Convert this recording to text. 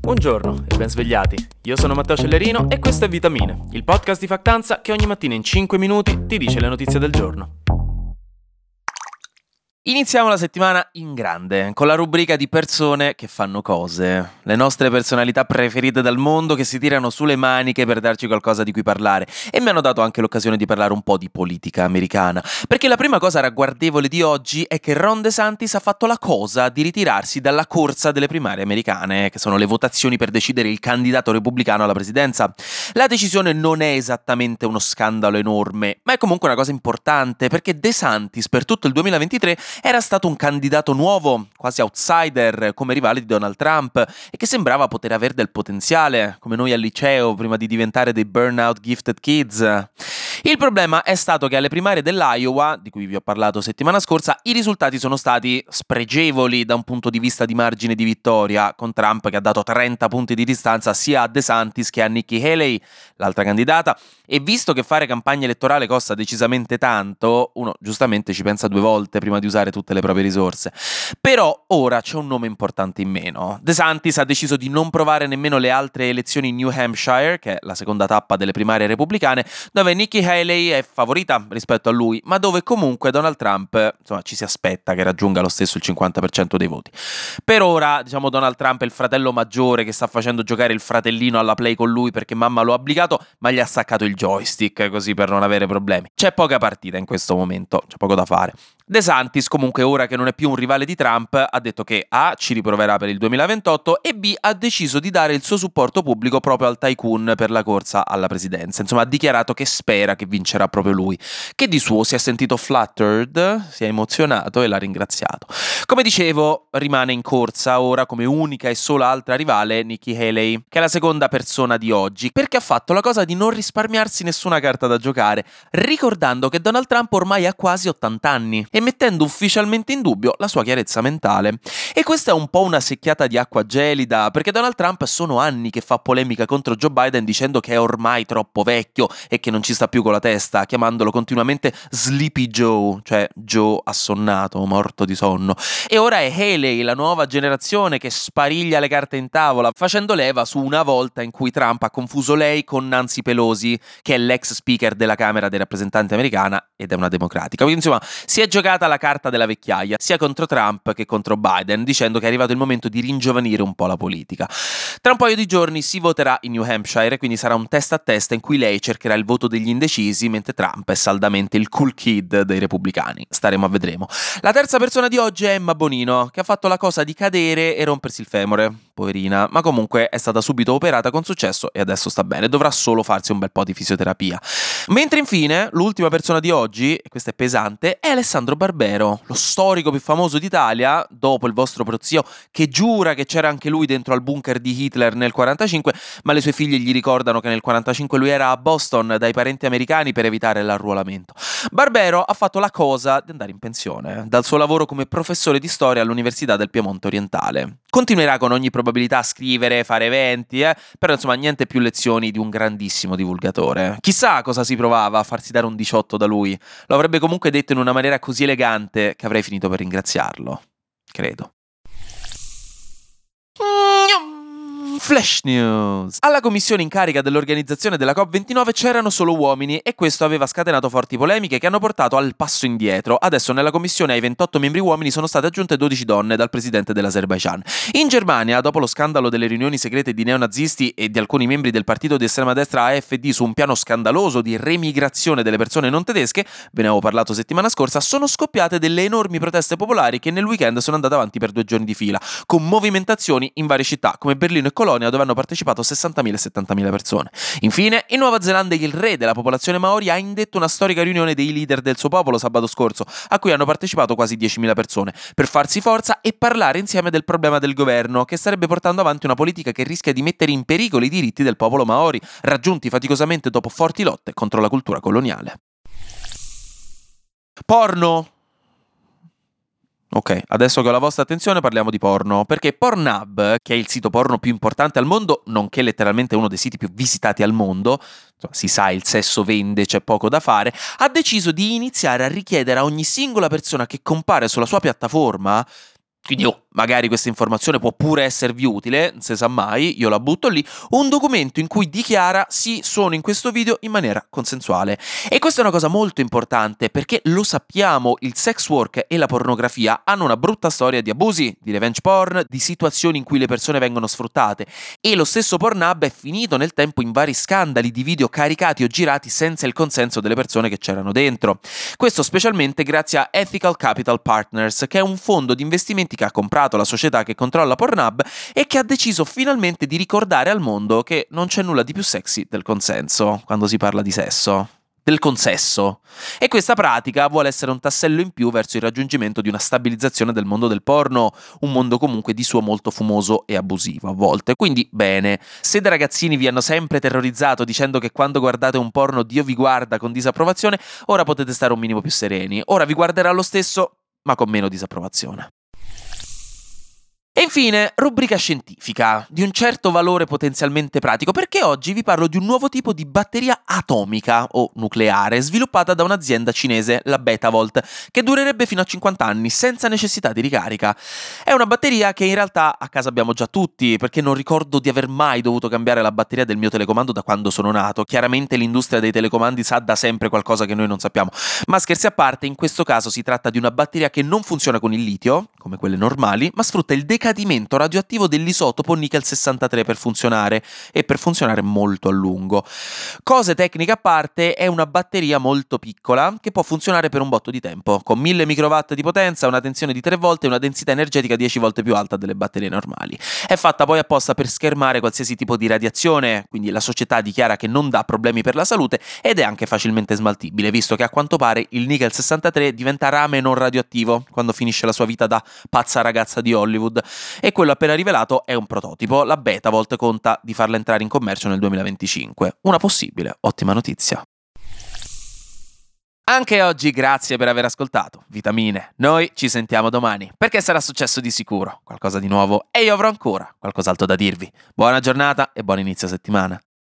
Buongiorno e ben svegliati. Io sono Matteo Cellerino e questo è Vitamine, il podcast di Factanza che ogni mattina in 5 minuti ti dice le notizie del giorno. Iniziamo la settimana in grande, con la rubrica di persone che fanno cose. Le nostre personalità preferite dal mondo che si tirano sulle maniche per darci qualcosa di cui parlare. E mi hanno dato anche l'occasione di parlare un po' di politica americana. Perché la prima cosa ragguardevole di oggi è che Ron DeSantis ha fatto la cosa di ritirarsi dalla corsa delle primarie americane, che sono le votazioni per decidere il candidato repubblicano alla presidenza. La decisione non è esattamente uno scandalo enorme, ma è comunque una cosa importante, perché DeSantis per tutto il 2023 era stato un candidato nuovo, quasi outsider, come rivale di Donald Trump, e che sembrava poter avere del potenziale, come noi al liceo, prima di diventare dei burnout gifted kids. Il problema è stato che alle primarie dell'Iowa, di cui vi ho parlato settimana scorsa, i risultati sono stati spregevoli da un punto di vista di margine di vittoria, con Trump che ha dato 30 punti di distanza sia a DeSantis che a Nikki Haley, l'altra candidata, e visto che fare campagna elettorale costa decisamente tanto, uno giustamente ci pensa due volte prima di usare tutte le proprie risorse. Però ora c'è un nome importante in meno. DeSantis ha deciso di non provare nemmeno le altre elezioni in New Hampshire, che è la seconda tappa delle primarie repubblicane, dove Nikki Haley è favorita rispetto a lui, ma dove comunque Donald Trump, insomma, ci si aspetta che raggiunga lo stesso il 50% dei voti. Per ora, diciamo, Donald Trump è il fratello maggiore che sta facendo giocare il fratellino alla play con lui perché mamma lo ha obbligato, ma gli ha staccato il joystick così per non avere problemi. C'è poca partita in questo momento, c'è poco da fare. DeSantis, comunque, ora che non è più un rivale di Trump, ha detto che A. ci riproverà per il 2028 e B. ha deciso di dare il suo supporto pubblico proprio al tycoon per la corsa alla presidenza. Insomma, ha dichiarato che spera che vincerà proprio lui, che di suo si è sentito flattered, si è emozionato e l'ha ringraziato. Come dicevo, rimane in corsa ora come unica e sola altra rivale Nikki Haley, che è la seconda persona di oggi, perché ha fatto la cosa di non risparmiarsi nessuna carta da giocare, ricordando che Donald Trump ormai ha quasi 80 anni e mettendo ufficialmente in dubbio la sua chiarezza mentale. E questa è un po' una secchiata di acqua gelida, perché Donald Trump sono anni che fa polemica contro Joe Biden dicendo che è ormai troppo vecchio e che non ci sta più con la testa, chiamandolo continuamente Sleepy Joe, cioè Joe assonnato, morto di sonno. E ora è Haley, la nuova generazione che spariglia le carte in tavola, facendo leva su una volta in cui Trump ha confuso lei con Nancy Pelosi, che è l'ex speaker della Camera dei rappresentanti americana ed è una democratica. Quindi insomma si è giocata la carta della vecchiaia, sia contro Trump che contro Biden, dicendo che è arrivato il momento di ringiovanire un po' la politica. Tra un paio di giorni si voterà in New Hampshire, quindi sarà un testa a testa in cui lei cercherà il voto degli indecisi, mentre Trump è saldamente il cool kid dei repubblicani. Staremo a vedremo. La terza persona di oggi è Emma Bonino, che ha fatto la cosa di cadere e rompersi il femore, poverina, ma comunque è stata subito operata con successo e adesso sta bene, dovrà solo farsi un bel po' di fisioterapia. Mentre infine, l'ultima persona di oggi, e questo è pesante, è Alessandro Barbero, lo storico più famoso d'Italia, dopo il vostro prozio che giura che c'era anche lui dentro al bunker di Hitler nel 45, ma le sue figlie gli ricordano che nel 45 lui era a Boston dai parenti americani per evitare l'arruolamento. Barbero ha fatto la cosa di andare in pensione dal suo lavoro come professore di storia all'Università del Piemonte Orientale. Continuerà con ogni probabilità a scrivere, fare eventi, però insomma niente più lezioni di un grandissimo divulgatore. Chissà cosa si provava a farsi dare un 18 da lui. Lo avrebbe comunque detto in una maniera così elegante che avrei finito per ringraziarlo. Credo. Flash News. Alla commissione in carica dell'organizzazione della COP29 c'erano solo uomini e questo aveva scatenato forti polemiche che hanno portato al passo indietro. Adesso nella commissione ai 28 membri uomini sono state aggiunte 12 donne dal presidente dell'Azerbaijan. In Germania, dopo lo scandalo delle riunioni segrete di neonazisti e di alcuni membri del partito di estrema destra AfD su un piano scandaloso di remigrazione delle persone non tedesche, ve ne avevo parlato settimana scorsa, sono scoppiate delle enormi proteste popolari che nel weekend sono andate avanti per 2 giorni di fila, con movimentazioni in varie città come Berlino e Colonia, dove hanno partecipato 60.000 e 70.000 persone. Infine, in Nuova Zelanda il re della popolazione Maori ha indetto una storica riunione dei leader del suo popolo sabato scorso, a cui hanno partecipato quasi 10.000 persone, per farsi forza e parlare insieme del problema del governo, che starebbe portando avanti una politica che rischia di mettere in pericolo i diritti del popolo Maori, raggiunti faticosamente dopo forti lotte contro la cultura coloniale. Porno. Ok, adesso che ho la vostra attenzione parliamo di porno, perché Pornhub, che è il sito porno più importante al mondo, nonché letteralmente uno dei siti più visitati al mondo, si sa, il sesso vende, c'è poco da fare, ha deciso di iniziare a richiedere a ogni singola persona che compare sulla sua piattaforma Quindi magari questa informazione può pure esservi utile, non si sa mai, io la butto lì, un documento in cui dichiara sì, sono in questo video in maniera consensuale. E questa è una cosa molto importante perché lo sappiamo, il sex work e la pornografia hanno una brutta storia di abusi, di revenge porn, di situazioni in cui le persone vengono sfruttate e lo stesso Pornhub è finito nel tempo in vari scandali di video caricati o girati senza il consenso delle persone che c'erano dentro. Questo specialmente grazie a Ethical Capital Partners, che è un fondo di investimenti che ha comprato la società che controlla Pornhub e che ha deciso finalmente di ricordare al mondo che non c'è nulla di più sexy del consenso quando si parla di sesso. Del consesso. E questa pratica vuole essere un tassello in più verso il raggiungimento di una stabilizzazione del mondo del porno, un mondo comunque di suo molto fumoso e abusivo a volte. Quindi bene, se da ragazzini vi hanno sempre terrorizzato dicendo che quando guardate un porno Dio vi guarda con disapprovazione, ora potete stare un minimo più sereni. Ora vi guarderà lo stesso, ma con meno disapprovazione. E infine, rubrica scientifica, di un certo valore potenzialmente pratico, perché oggi vi parlo di un nuovo tipo di batteria atomica o nucleare sviluppata da un'azienda cinese, la Betavolt, che durerebbe fino a 50 anni senza necessità di ricarica. È una batteria che in realtà a casa abbiamo già tutti, perché non ricordo di aver mai dovuto cambiare la batteria del mio telecomando da quando sono nato. Chiaramente l'industria dei telecomandi sa da sempre qualcosa che noi non sappiamo, ma scherzi a parte, in questo caso si tratta di una batteria che non funziona con il litio, come quelle normali, ma sfrutta il decadimento radioattivo dell'isotopo nickel 63 per funzionare, e per funzionare molto a lungo. Cose tecniche a parte, è una batteria molto piccola che può funzionare per un botto di tempo, con 1000 microwatt di potenza, una tensione di 3 volte e una densità energetica 10 volte più alta delle batterie normali. È fatta poi apposta per schermare qualsiasi tipo di radiazione, quindi la società dichiara che non dà problemi per la salute ed è anche facilmente smaltibile, visto che a quanto pare il nickel 63 diventa rame non radioattivo quando finisce la sua vita da pazza ragazza di Hollywood. E quello appena rivelato è un prototipo. La Betavolt conta di farla entrare in commercio nel 2025. Una possibile ottima notizia. Anche oggi grazie per aver ascoltato Vitamine. Noi ci sentiamo domani, perché sarà successo di sicuro qualcosa di nuovo e io avrò ancora qualcos'altro da dirvi. Buona giornata e buon inizio settimana.